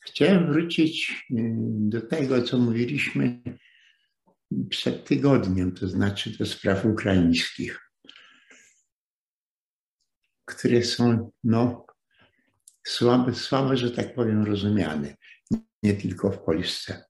Chciałem wrócić do tego, co mówiliśmy przed tygodniem, to znaczy do spraw ukraińskich, które są słabe, że tak powiem, rozumiane, nie tylko w Polsce.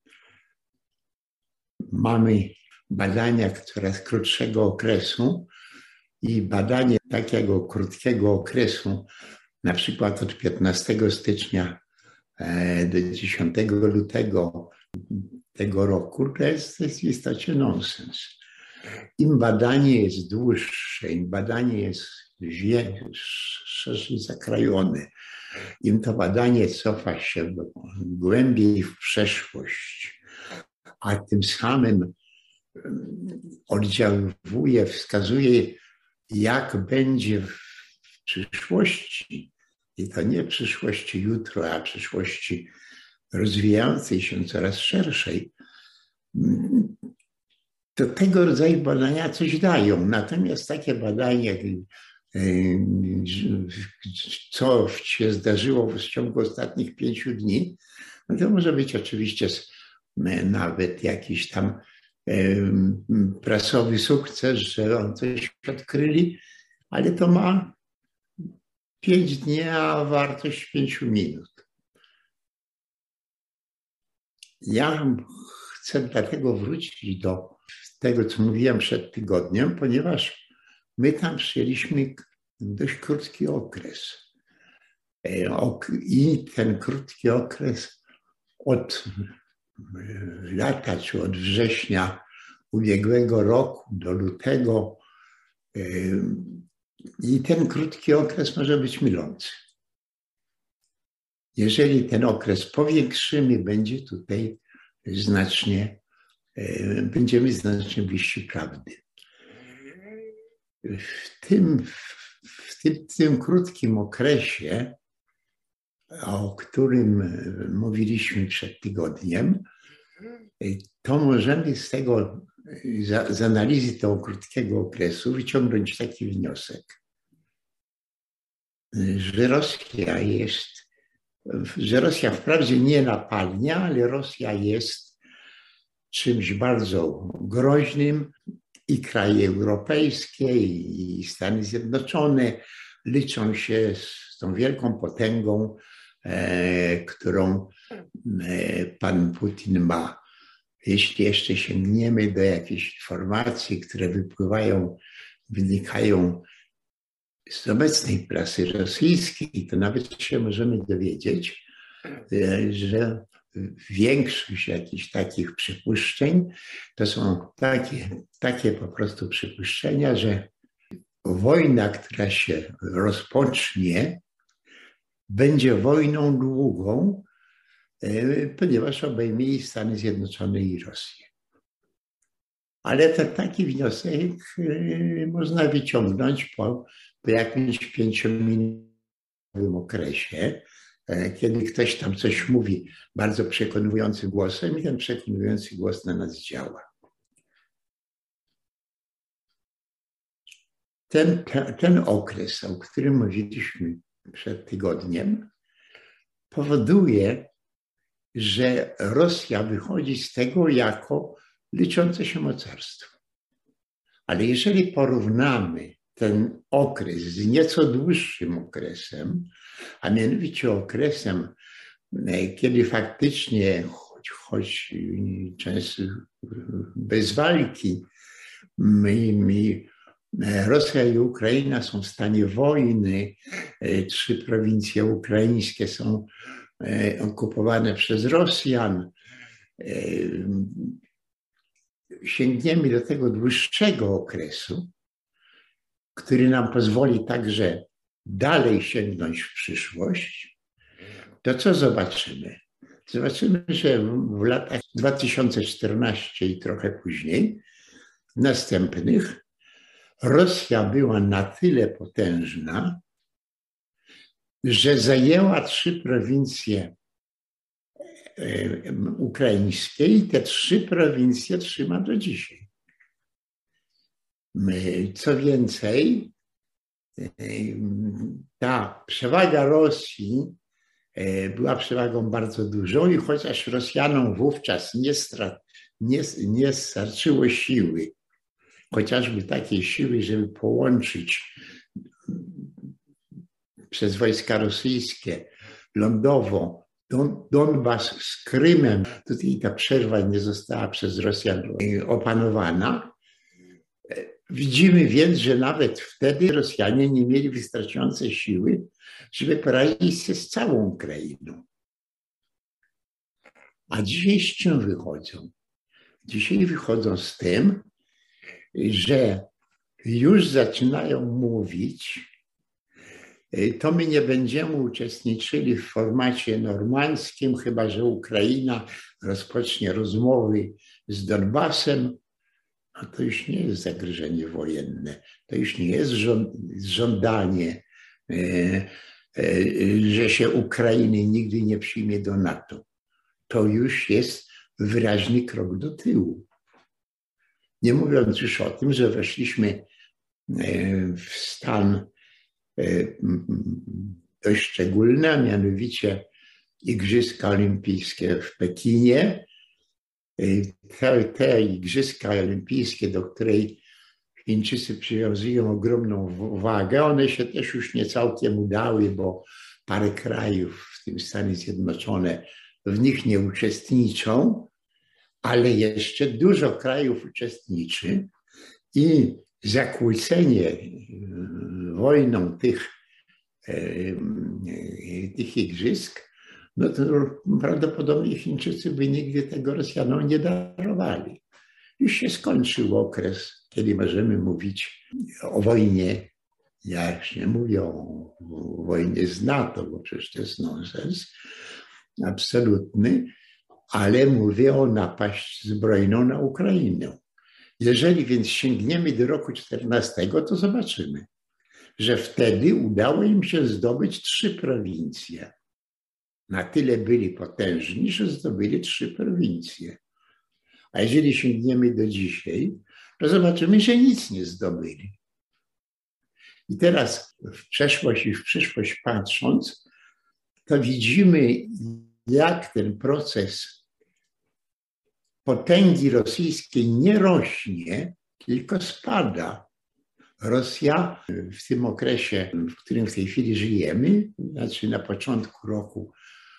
Mamy badania coraz krótszego okresu i badanie takiego krótkiego okresu, na przykład od 15 stycznia do 10 lutego tego roku, to jest w istocie nonsens. Im badanie jest dłuższe, im badanie jest szerzej zakrojone, im to badanie cofa się głębiej w przeszłość, a tym samym oddziałuje, wskazuje, jak będzie w przyszłości, i to nie przyszłości jutro, a przyszłości rozwijającej się coraz szerszej, to tego rodzaju badania coś dają. Natomiast takie badania, co się zdarzyło w ciągu ostatnich 5 dni, no to może być oczywiście nawet jakiś tam prasowy sukces, że on coś odkryli, ale to ma 5 dni, a wartość 5 minut. Ja chcę dlatego wrócić do tego, co mówiłem przed tygodniem, ponieważ my tam przyjęliśmy dość krótki okres. I ten krótki okres od lata, czy od września ubiegłego roku do lutego, i ten krótki okres może być mylący. Jeżeli ten okres powiększymy, będziemy znacznie bliżsi prawdy. W tym krótkim okresie, o którym mówiliśmy przed tygodniem, to możemy z analizy tego krótkiego okresu wyciągnąć taki wniosek, że Rosja wprawdzie nie napadnie, ale Rosja jest czymś bardzo groźnym i kraje europejskie, i Stany Zjednoczone liczą się z tą wielką potęgą, którą pan Putin ma. Jeśli jeszcze sięgniemy do jakichś informacji, które wynikają z obecnej prasy rosyjskiej, to nawet się możemy dowiedzieć, że większość jakichś takich przypuszczeń to są takie po prostu przypuszczenia, że wojna, która się rozpocznie, będzie wojną długą, ponieważ obejmie i Stany Zjednoczone, i Rosję. Ale taki wniosek można wyciągnąć po jakimś 5-minutowym okresie, kiedy ktoś tam coś mówi bardzo przekonującym głosem i ten przekonujący głos na nas działa. Ten okres, o którym mówiliśmy przed tygodniem, powoduje, że Rosja wychodzi z tego jako liczące się mocarstwo. Ale jeżeli porównamy ten okres z nieco dłuższym okresem, a mianowicie okresem, kiedy faktycznie, choć często bez walki, Rosja i Ukraina są w stanie wojny, 3 prowincje ukraińskie są okupowane przez Rosjan, sięgniemy do tego dłuższego okresu, który nam pozwoli także dalej sięgnąć w przyszłość, to co zobaczymy? Zobaczymy, że w latach 2014 i trochę później, następnych, Rosja była na tyle potężna, że zajęła 3 prowincje ukraińskie i te 3 prowincje trzyma do dzisiaj. Co więcej, ta przewaga Rosji była przewagą bardzo dużą i chociaż Rosjanom wówczas nie starczyło siły, chociażby takiej siły, żeby połączyć przez wojska rosyjskie lądowo Donbas z Krymem, tutaj ta przerwa nie została przez Rosjan opanowana. Widzimy więc, że nawet wtedy Rosjanie nie mieli wystarczającej siły, żeby poradzić się z całą Ukrainą. A dzisiaj z czym wychodzą? Dzisiaj wychodzą z tym, że już zaczynają mówić, to my nie będziemy uczestniczyli w formacie normandzkim, chyba że Ukraina rozpocznie rozmowy z Donbasem. No to już nie jest zagrożenie wojenne, to już nie jest żądanie, że się Ukrainy nigdy nie przyjmie do NATO. To już jest wyraźny krok do tyłu. Nie mówiąc już o tym, że weszliśmy w stan dość szczególny, a mianowicie Igrzyska Olimpijskie w Pekinie. Te Igrzyska Olimpijskie, do której Chińczycy przywiązują ogromną wagę, one się też już nie całkiem udały, bo parę krajów, w tym Stany Zjednoczone, w nich nie uczestniczą, ale jeszcze dużo krajów uczestniczy i zakłócenie wojną tych igrzysk, no to prawdopodobnie Chińczycy by nigdy tego Rosjanom nie darowali. Już się skończył okres, kiedy możemy mówić o wojnie. Ja już nie mówię o wojnie z NATO, bo przecież to jest nonsens absolutny, ale mówię o napaść zbrojną na Ukrainę. Jeżeli więc sięgniemy do roku 2014, to zobaczymy, że wtedy udało im się zdobyć 3 prowincje. Na tyle byli potężni, że zdobyli 3 prowincje. A jeżeli sięgniemy do dzisiaj, to zobaczymy, że nic nie zdobyli. I teraz w przeszłość i w przyszłość patrząc, to widzimy, jak ten proces potęgi rosyjskiej nie rośnie, tylko spada. Rosja w tym okresie, w którym w tej chwili żyjemy, znaczy na początku roku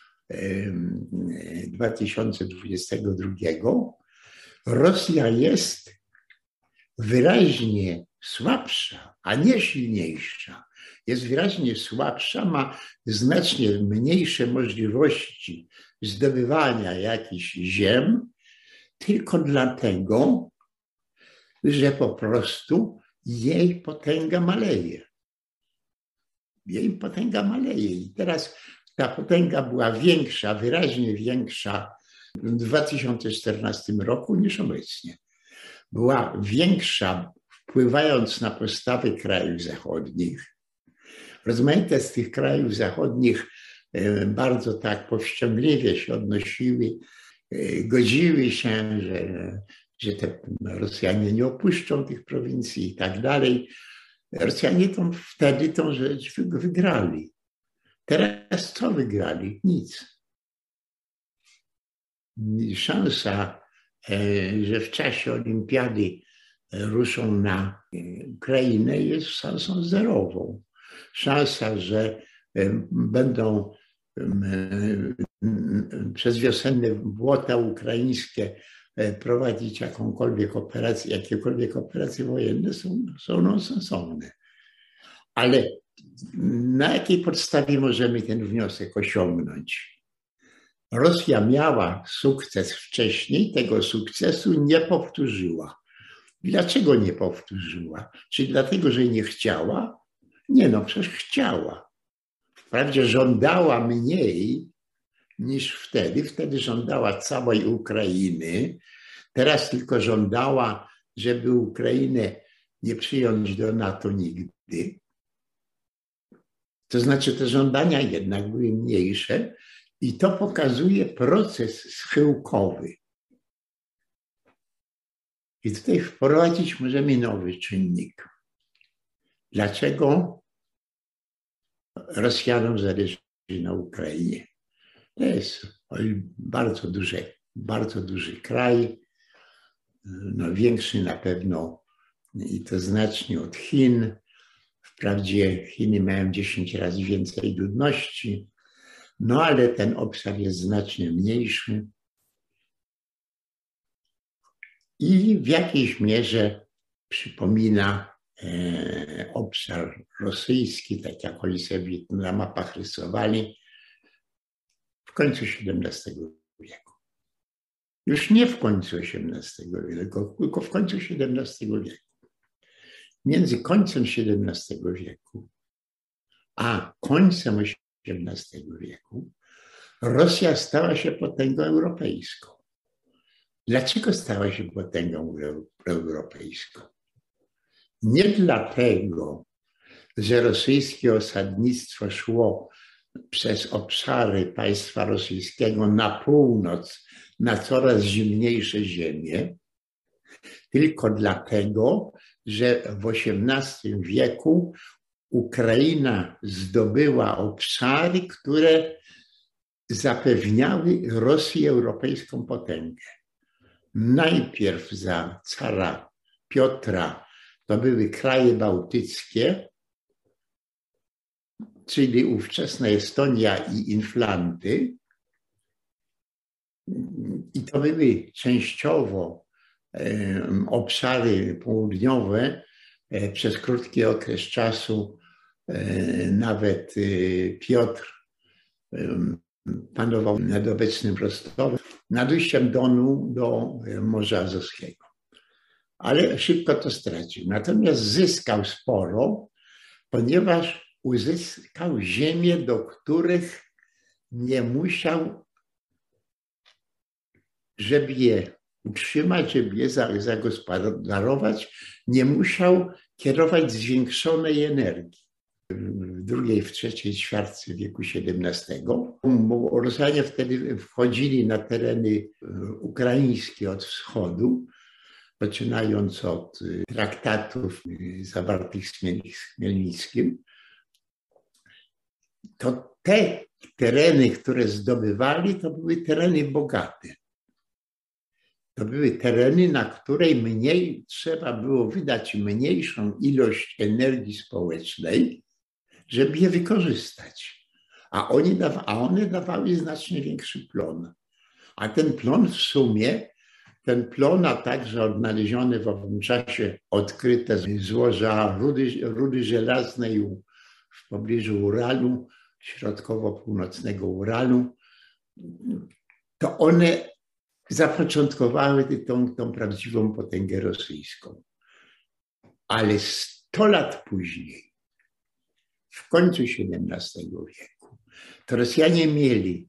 2022, Rosja jest wyraźnie słabsza, a nie silniejsza. Jest wyraźnie słabsza, ma znacznie mniejsze możliwości zdobywania jakichś ziem, tylko dlatego, że po prostu jej potęga maleje. Jej potęga maleje. I teraz ta potęga była większa, wyraźnie większa w 2014 roku niż obecnie. Była większa, wpływając na postawy krajów zachodnich. Rozmaite z tych krajów zachodnich bardzo tak powściągliwie się odnosiły, godziły się, że te Rosjanie nie opuszczą tych prowincji i tak dalej. Rosjanie wtedy tą rzecz wygrali. Teraz co wygrali? Nic. Szansa, że w czasie olimpiady ruszą na Ukrainę, jest szansą zerową. Szansa, że będą przez wiosenne błota ukraińskie prowadzić jakiekolwiek operacje wojenne są nonsensowne. Ale na jakiej podstawie możemy ten wniosek osiągnąć? Rosja miała sukces wcześniej, tego sukcesu nie powtórzyła. Dlaczego nie powtórzyła? Czy dlatego, że nie chciała? Nie, no przecież chciała. Wprawdzie żądała mniej niż wtedy. Wtedy żądała całej Ukrainy. Teraz tylko żądała, żeby Ukrainę nie przyjąć do NATO nigdy. To znaczy te żądania jednak były mniejsze i to pokazuje proces schyłkowy. I tutaj wprowadzić możemy nowy czynnik. Dlaczego Rosjanom zależy na Ukrainie? To jest bardzo duży kraj, no większy na pewno i to znacznie od Chin. Wprawdzie Chiny mają 10 razy więcej ludności, no ale ten obszar jest znacznie mniejszy i w jakiejś mierze przypomina obszar rosyjski, tak jak oni sobie na mapach rysowali w końcu XVII wieku. Już nie w końcu XVIII wieku, tylko w końcu XVII wieku. Między końcem XVII wieku a końcem XVIII wieku Rosja stała się potęgą europejską. Dlaczego stała się potęgą europejską? Nie dlatego, że rosyjskie osadnictwo szło przez obszary państwa rosyjskiego na północ, na coraz zimniejsze ziemie, tylko dlatego, że w XVIII wieku Ukraina zdobyła obszary, które zapewniały Rosji europejską potęgę. Najpierw za cara Piotra to były kraje bałtyckie, czyli ówczesna Estonia i Inflanty. I to były częściowo obszary południowe. Przez krótki okres czasu nawet Piotr panował nad obecnym Rostowem, nad ujściem Donu do Morza Azowskiego. Ale szybko to stracił. Natomiast zyskał sporo, ponieważ uzyskał ziemię, do których nie musiał, żeby je utrzymać, żeby je zagospodarować, nie musiał kierować zwiększonej energii. W drugiej, w trzeciej ćwiartce wieku XVII. Rosjanie wtedy wchodzili na tereny ukraińskie od wschodu, poczynając od traktatów zawartych z Chmielnickim. To te tereny, które zdobywali, to były tereny bogate. To były tereny, na której trzeba było wydać mniejszą ilość energii społecznej, żeby je wykorzystać. A one dawały znacznie większy plon. A ten plon w sumie, a także odnalezione w owym czasie odkryte złoża rudy żelaznej w pobliżu Uralu, środkowo-północnego Uralu, to one zapoczątkowały tą prawdziwą potęgę rosyjską. Ale 100 lat później, w końcu XVII wieku, to Rosjanie mieli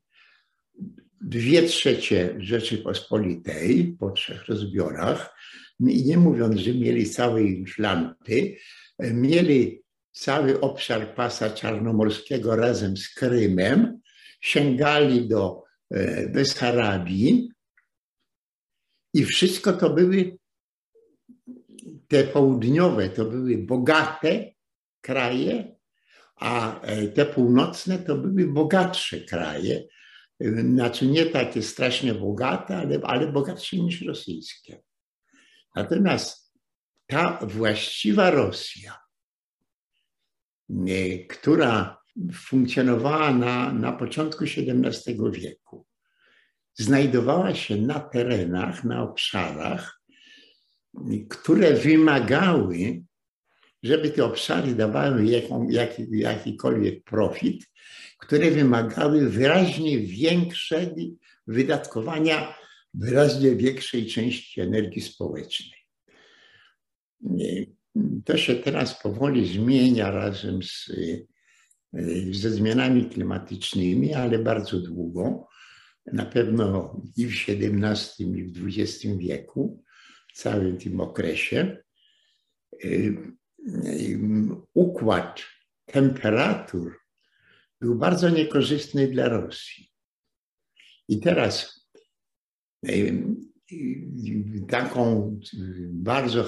2/3 Rzeczypospolitej po 3 rozbiorach, i nie mówiąc, że mieli całej Inflanty, mieli cały obszar pasa czarnomorskiego razem z Krymem, sięgali do Besarabii i wszystko to były, te południowe to były bogate kraje, a te północne to były bogatsze kraje. Znaczy nie takie strasznie bogate, ale bogatsze niż rosyjskie. Natomiast ta właściwa Rosja, która funkcjonowała na początku XVII wieku, znajdowała się na terenach, na obszarach, które wymagały, żeby te obszary dawały jakikolwiek profit, które wymagały wyraźnie większego wydatkowania, wyraźnie większej części energii społecznej. To się teraz powoli zmienia razem ze zmianami klimatycznymi, ale bardzo długo. Na pewno i w XVII, i w XX wieku, w całym tym okresie, układ temperatur był bardzo niekorzystny dla Rosji. I teraz taką bardzo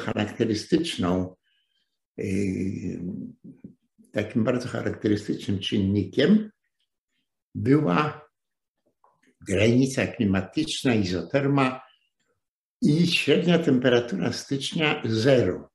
takim bardzo charakterystycznym czynnikiem była granica klimatyczna, izoterma i średnia temperatura stycznia 0.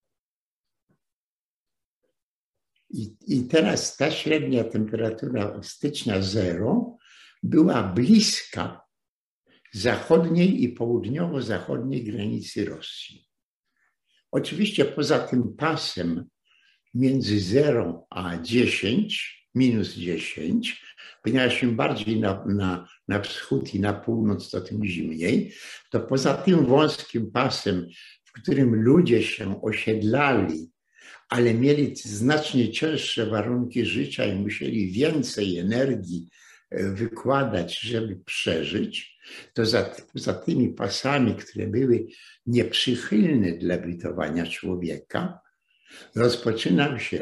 I teraz ta średnia temperatura stycznia 0 była bliska zachodniej i południowo-zachodniej granicy Rosji. Oczywiście poza tym pasem między 0 a 10, minus 10, ponieważ im bardziej na wschód i na północ, to tym zimniej, to poza tym wąskim pasem, w którym ludzie się osiedlali, ale mieli znacznie cięższe warunki życia i musieli więcej energii wykładać, żeby przeżyć, to za tymi pasami, które były nieprzychylne dla bytowania człowieka, rozpoczynał się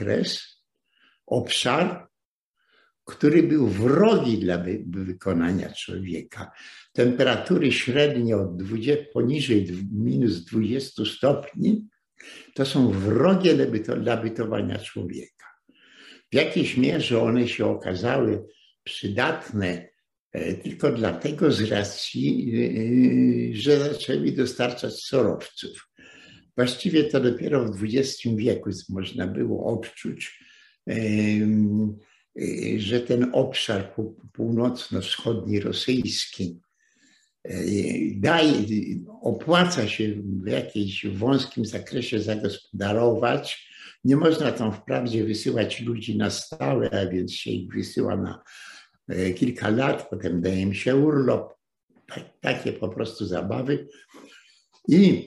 obszar, który był wrogi dla wykonania człowieka. Temperatury średnie poniżej minus 20 stopni to są wrogie dla bytowania człowieka. W jakiejś mierze one się okazały przydatne tylko dlatego z racji, że zaczęli dostarczać surowców. Właściwie to dopiero w XX wieku można było odczuć, że ten obszar północno-wschodni rosyjski opłaca się w jakimś wąskim zakresie zagospodarować. Nie można tam wprawdzie wysyłać ludzi na stałe, a więc się ich wysyła na kilka lat, potem daje im się urlop, takie po prostu zabawy. I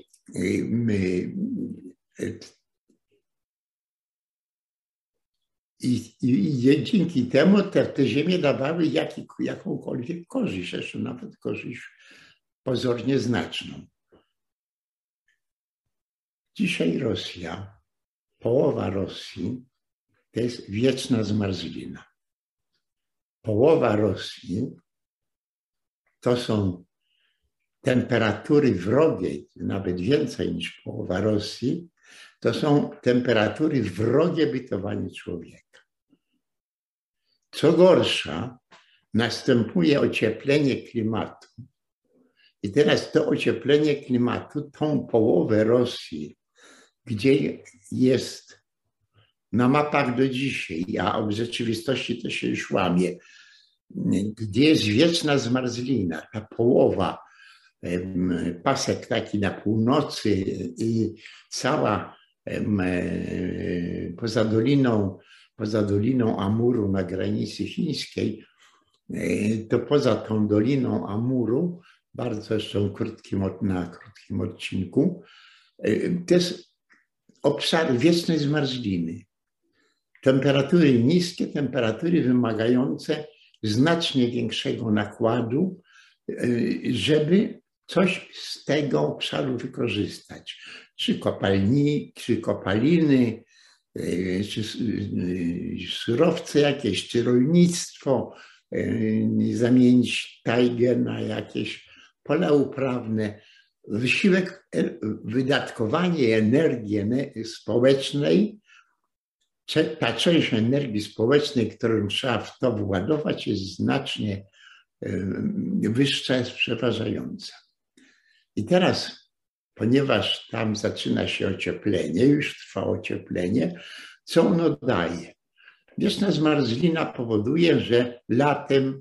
dzięki temu te ziemie dawały jakąkolwiek korzyść, jeszcze nawet korzyść pozornie znaczną. Dzisiaj Rosja, połowa Rosji to jest wieczna zmarzlina. Połowa Rosji to są temperatury wrogie, nawet więcej niż połowa Rosji, to są temperatury wrogie bytowaniu człowieka. Co gorsza, następuje ocieplenie klimatu. I teraz to ocieplenie klimatu, tą połowę Rosji, gdzie jest na mapach do dzisiaj, a w rzeczywistości to się już łamie, gdzie jest wieczna zmarzlina, ta połowa, pasek taki na północy i cała poza doliną Amuru na granicy chińskiej, to poza tą doliną Amuru, bardzo jeszcze na krótkim odcinku, to jest obszar wiecznej zmarzliny. Temperatury niskie, temperatury wymagające znacznie większego nakładu, żeby coś z tego obszaru wykorzystać. Czy kopaliny, czy surowce jakieś, czy rolnictwo, zamienić tajgę na jakieś pola uprawne. Wysiłek, wydatkowanie energii społecznej, ta część energii społecznej, którą trzeba w to władować, jest znacznie wyższa, jest przeważająca. I teraz, ponieważ tam zaczyna się ocieplenie, już trwa ocieplenie, co ono daje? Wieczna zmarzlina powoduje, że latem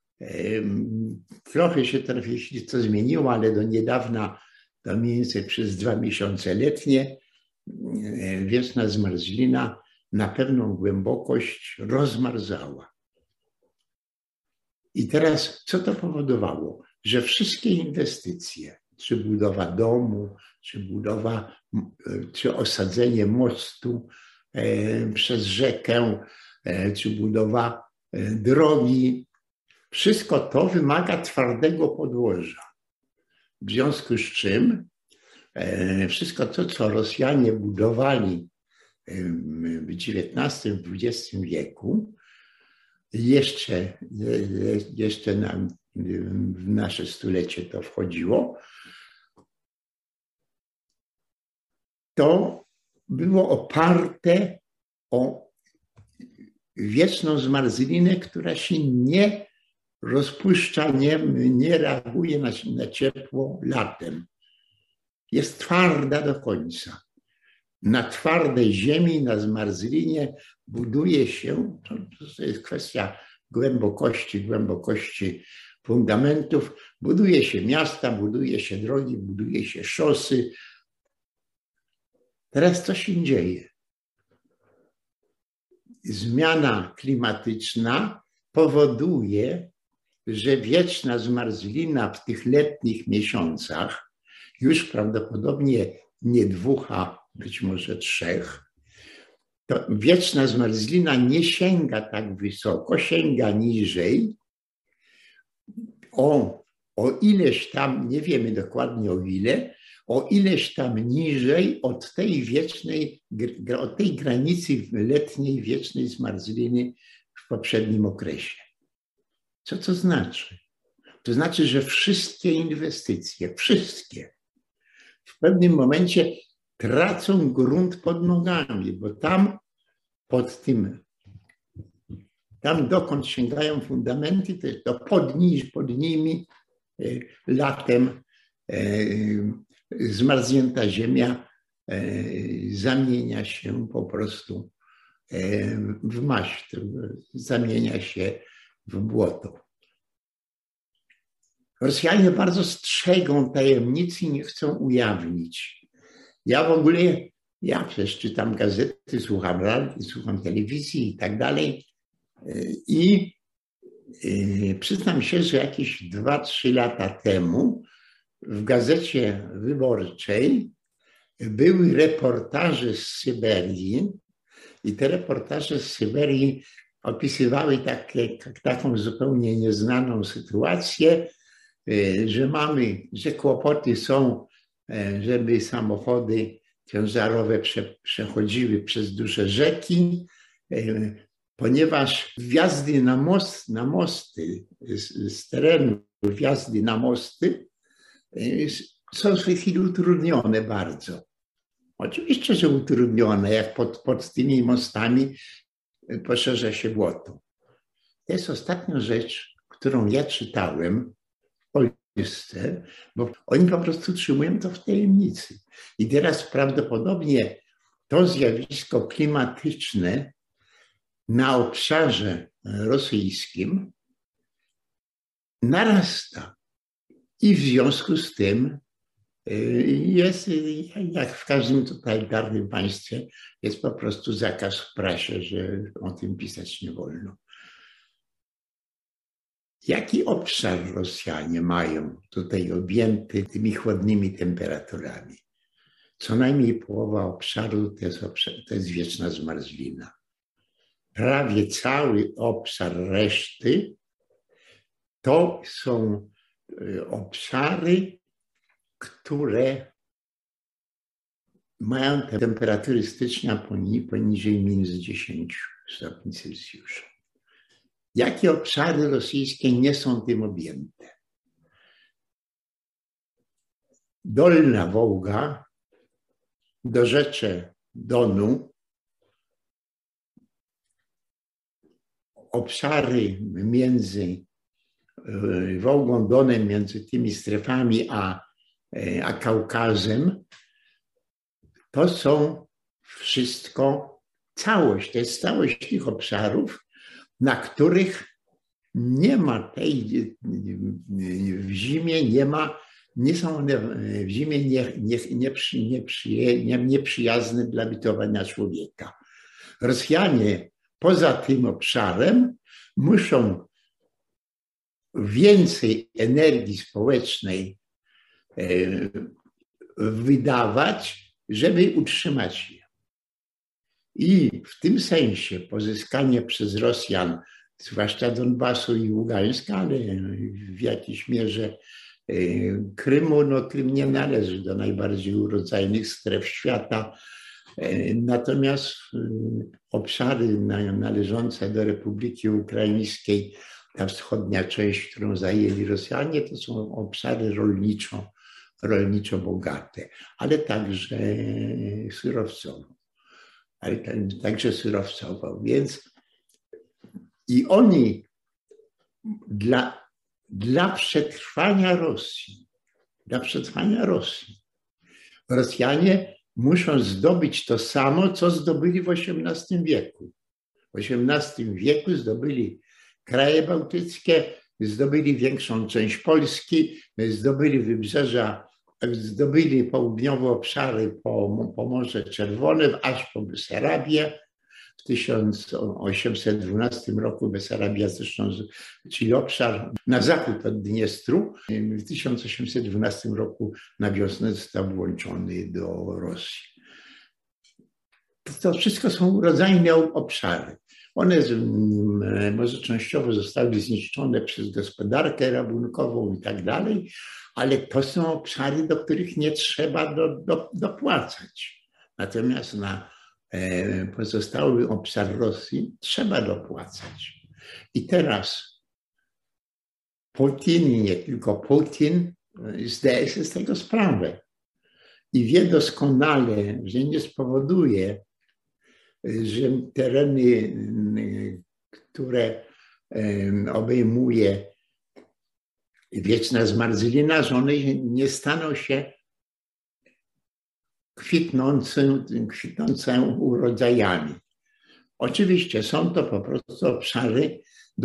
trochę się to zmieniło, ale do niedawna, to mniej więcej przez 2 miesiące letnie, wieczna zmarzlina na pewną głębokość rozmarzała. I teraz co to powodowało? Że wszystkie inwestycje, czy budowa domu, czy osadzenie mostu przez rzekę, czy budowa drogi, wszystko to wymaga twardego podłoża. W związku z czym wszystko to, co Rosjanie budowali w XIX, w XX wieku, jeszcze w nasze stulecie to wchodziło, to było oparte o wieczną zmarzlinę, która się nie rozpuszcza, nie reaguje na ciepło latem. Jest twarda do końca. Na twardej ziemi, na zmarzlinie buduje się, to jest kwestia głębokości fundamentów, buduje się miasta, buduje się drogi, buduje się szosy. Teraz co się dzieje? Zmiana klimatyczna powoduje, że wieczna zmarzlina w tych letnich miesiącach, już prawdopodobnie nie 2, a być może 3, to wieczna zmarzlina nie sięga tak wysoko, sięga niżej, o ileś tam, nie wiemy dokładnie o ileś tam niżej od tej granicy letniej wiecznej zmarzliny w poprzednim okresie. Co to znaczy? To znaczy, że wszystkie inwestycje, w pewnym momencie tracą grunt pod nogami, bo tam dokąd sięgają fundamenty, to pod nimi latem zmarznięta ziemia zamienia się po prostu w maść, zamienia się w błoto. Rosjanie bardzo strzegą tajemnicy i nie chcą ujawnić. Ja przecież czytam gazety, słucham radia, słucham telewizji i tak dalej. I przyznam się, że jakieś 2-3 lata temu w Gazecie Wyborczej były reportaże z Syberii i te reportaże z Syberii opisywały taką zupełnie nieznaną sytuację, że kłopoty są, żeby samochody ciężarowe przechodziły przez duże rzeki, ponieważ wjazdy na mosty, z terenu wjazdy na mosty są w tej chwili utrudnione bardzo. Oczywiście, że utrudnione, jak pod tymi mostami poszerza się błoto. To jest ostatnia rzecz, którą ja czytałem w Polsce, bo oni po prostu trzymują to w tajemnicy. I teraz prawdopodobnie to zjawisko klimatyczne na obszarze rosyjskim narasta. I w związku z tym jest, jak w każdym totalitarnym państwie, jest po prostu zakaz w prasie, że o tym pisać nie wolno. Jaki obszar Rosjanie mają tutaj objęty tymi chłodnymi temperaturami? Co najmniej połowa obszaru to jest wieczna zmarzlina. Prawie cały obszar reszty to są obszary, które mają temperatury stycznia poniżej -10 stopni Celsjusza. Jakie obszary rosyjskie nie są tym objęte? Dolna Wołga, dorzecze Donu, obszary między Wołgą, Donem, między tymi strefami a Kaukazem, to są wszystko całość, to jest całość tych obszarów, na których nie ma w zimie nie są one w zimie nieprzyjazne dla bytowania człowieka. Rosjanie poza tym obszarem muszą więcej energii społecznej wydawać, żeby utrzymać je. I w tym sensie pozyskanie przez Rosjan, zwłaszcza Donbasu i Ługańska, ale w jakiejś mierze Krymu, no Krym nie należy do najbardziej urodzajnych stref świata, natomiast obszary należące do Republiki Ukraińskiej, ta wschodnia część, którą zajęli Rosjanie, to są obszary rolniczo bogate, ale także surowcowo. Więc i oni dla przetrwania Rosji. Dla przetrwania Rosji. Rosjanie muszą zdobyć to samo, co zdobyli w XVIII wieku. W XVIII wieku zdobyli kraje bałtyckie, zdobyli większą część Polski, zdobyli wybrzeża, zdobyli południowe obszary po Morze Czerwone, aż po Besarabię. W 1812 roku Besarabia, zresztą, czyli obszar na zachód od Dniestru, w 1812 roku na wiosnę został włączony do Rosji. To wszystko są urodzajne obszary. One może częściowo zostały zniszczone przez gospodarkę rabunkową i tak dalej, ale to są obszary, do których nie trzeba dopłacać. Natomiast na pozostały obszar Rosji trzeba dopłacać. I teraz Putin, nie tylko Putin, zdaje sobie z tego sprawę i wie doskonale, że nie spowoduje, że tereny, które obejmuje wieczna zmarzlina, że one nie staną się kwitnące urodzajami. Oczywiście są to po prostu obszary,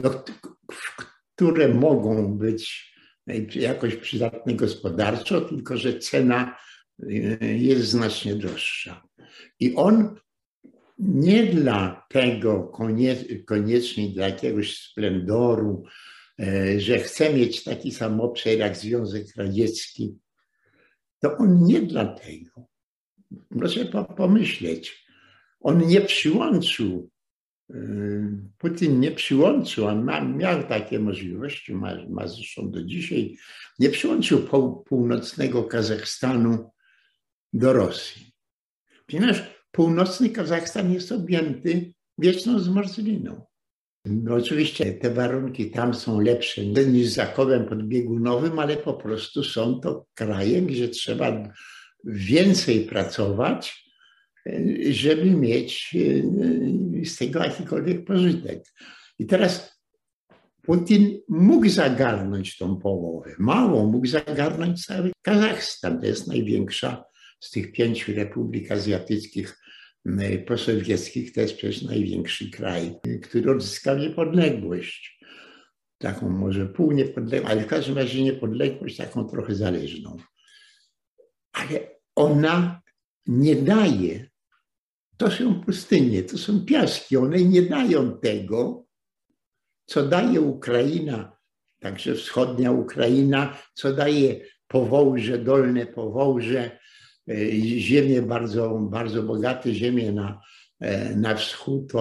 które mogą być jakoś przydatne gospodarczo, tylko że cena jest znacznie droższa. I on nie dla tego koniecznie dla jakiegoś splendoru, że chce mieć taki sam obszar jak Związek Radziecki, to on nie dlatego. Proszę pomyśleć, on nie przyłączył, Putin nie przyłączył, on miał takie możliwości, ma zresztą do dzisiaj, nie przyłączył północnego Kazachstanu do Rosji. Ponieważ północny Kazachstan jest objęty wieczną zmarzliną. No oczywiście te warunki tam są lepsze niż za Kowem podbiegunowym, ale po prostu są to kraje, gdzie trzeba więcej pracować, żeby mieć z tego jakikolwiek pożytek. I teraz Putin mógł zagarnąć tą połowę, mało, mógł zagarnąć cały Kazachstan. To jest największa z tych 5 republik azjatyckich posowieckich, to jest przecież największy kraj, który odzyskał niepodległość. Taką może półniepodległość, ale w każdym razie niepodległość taką trochę zależną. Ale ona nie daje, to są pustynie, to są piaski, one nie dają tego, co daje Ukraina, także wschodnia Ukraina, co daje Powołże, Dolne Powołże, ziemie bardzo, bardzo bogate, ziemie na wschód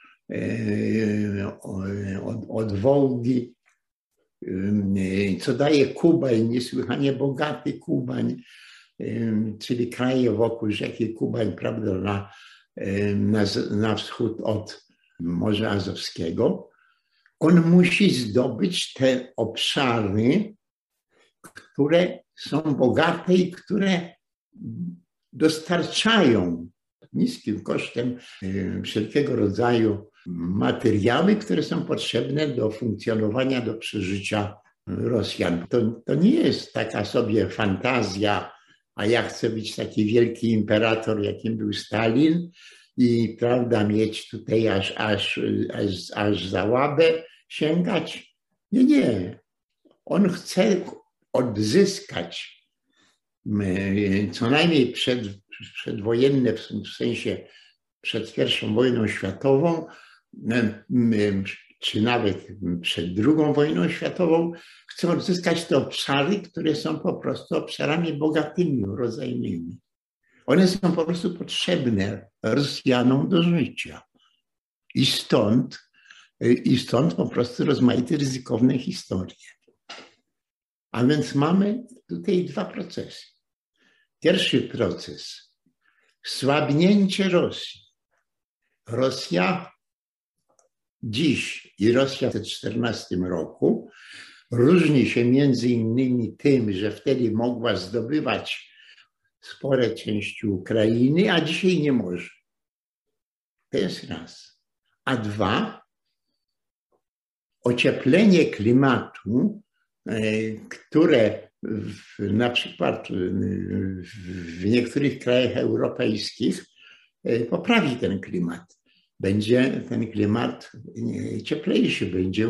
od Wołgi, co daje Kubań, niesłychanie bogaty Kubań, czyli kraje wokół rzeki Kubań, prawda, na wschód od Morza Azowskiego. On musi zdobyć te obszary, które są bogate i które dostarczają niskim kosztem wszelkiego rodzaju materiały, które są potrzebne do funkcjonowania, do przeżycia Rosjan. To nie jest taka sobie fantazja, a ja chcę być taki wielki imperator, jakim był Stalin i prawda, mieć tutaj aż za łabę sięgać. Nie, nie. On chce odzyskać co najmniej przedwojenne, w sensie przed I wojną światową, czy nawet przed II wojną światową, chce odzyskać te obszary, które są po prostu obszarami bogatymi, urodzajnymi. One są po prostu potrzebne Rosjanom do życia. I stąd po prostu rozmaite ryzykowne historie. A więc mamy tutaj 2 procesy. Pierwszy proces, słabnięcie Rosji. Rosja dziś i Rosja w 2014 roku różni się między innymi tym, że wtedy mogła zdobywać spore części Ukrainy, a dzisiaj nie może. To jest raz. A 2, ocieplenie klimatu, które na przykład w niektórych krajach europejskich poprawi ten klimat. Będzie ten klimat cieplejszy, będzie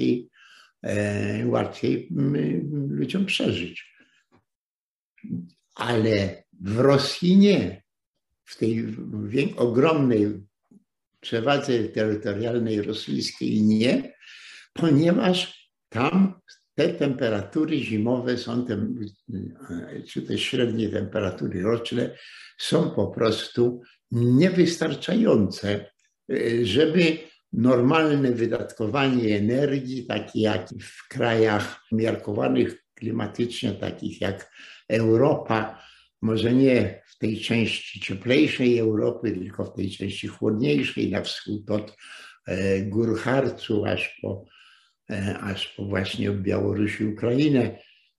łatwiej ludziom przeżyć. Ale w Rosji nie. W tej ogromnej przewadze terytorialnej rosyjskiej nie, ponieważ tam te temperatury zimowe są, czy też średnie temperatury roczne są po prostu niewystarczające, żeby normalne wydatkowanie energii, takie jak w krajach umiarkowanych klimatycznie, takich jak Europa, może nie w tej części cieplejszej Europy, tylko w tej części chłodniejszej, na wschód od gór Harcu, aż po właśnie Białorusi, Ukrainę,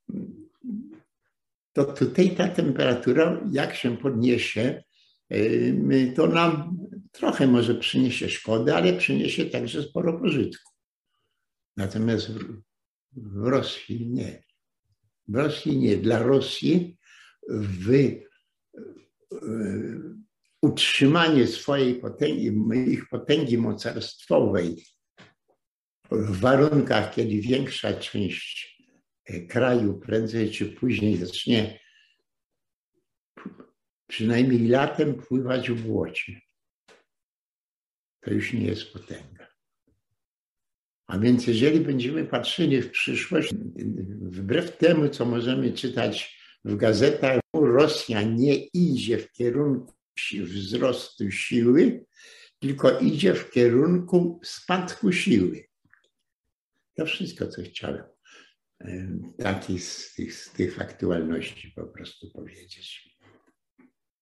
to tutaj ta temperatura, jak się podniesie, to nam trochę może przyniesie szkody, ale przyniesie także sporo pożytku. Natomiast w Rosji nie. W Rosji nie. Dla Rosji utrzymanie swojej potęgi, ich potęgi mocarstwowej w warunkach, kiedy większa część kraju prędzej czy później zacznie przynajmniej latem pływać w błocie, to już nie jest potęga. A więc jeżeli będziemy patrzyli w przyszłość, wbrew temu, co możemy czytać w gazetach, Rosja nie idzie w kierunku wzrostu siły, tylko idzie w kierunku spadku siły. To wszystko, co chciałem z tych aktualności po prostu powiedzieć.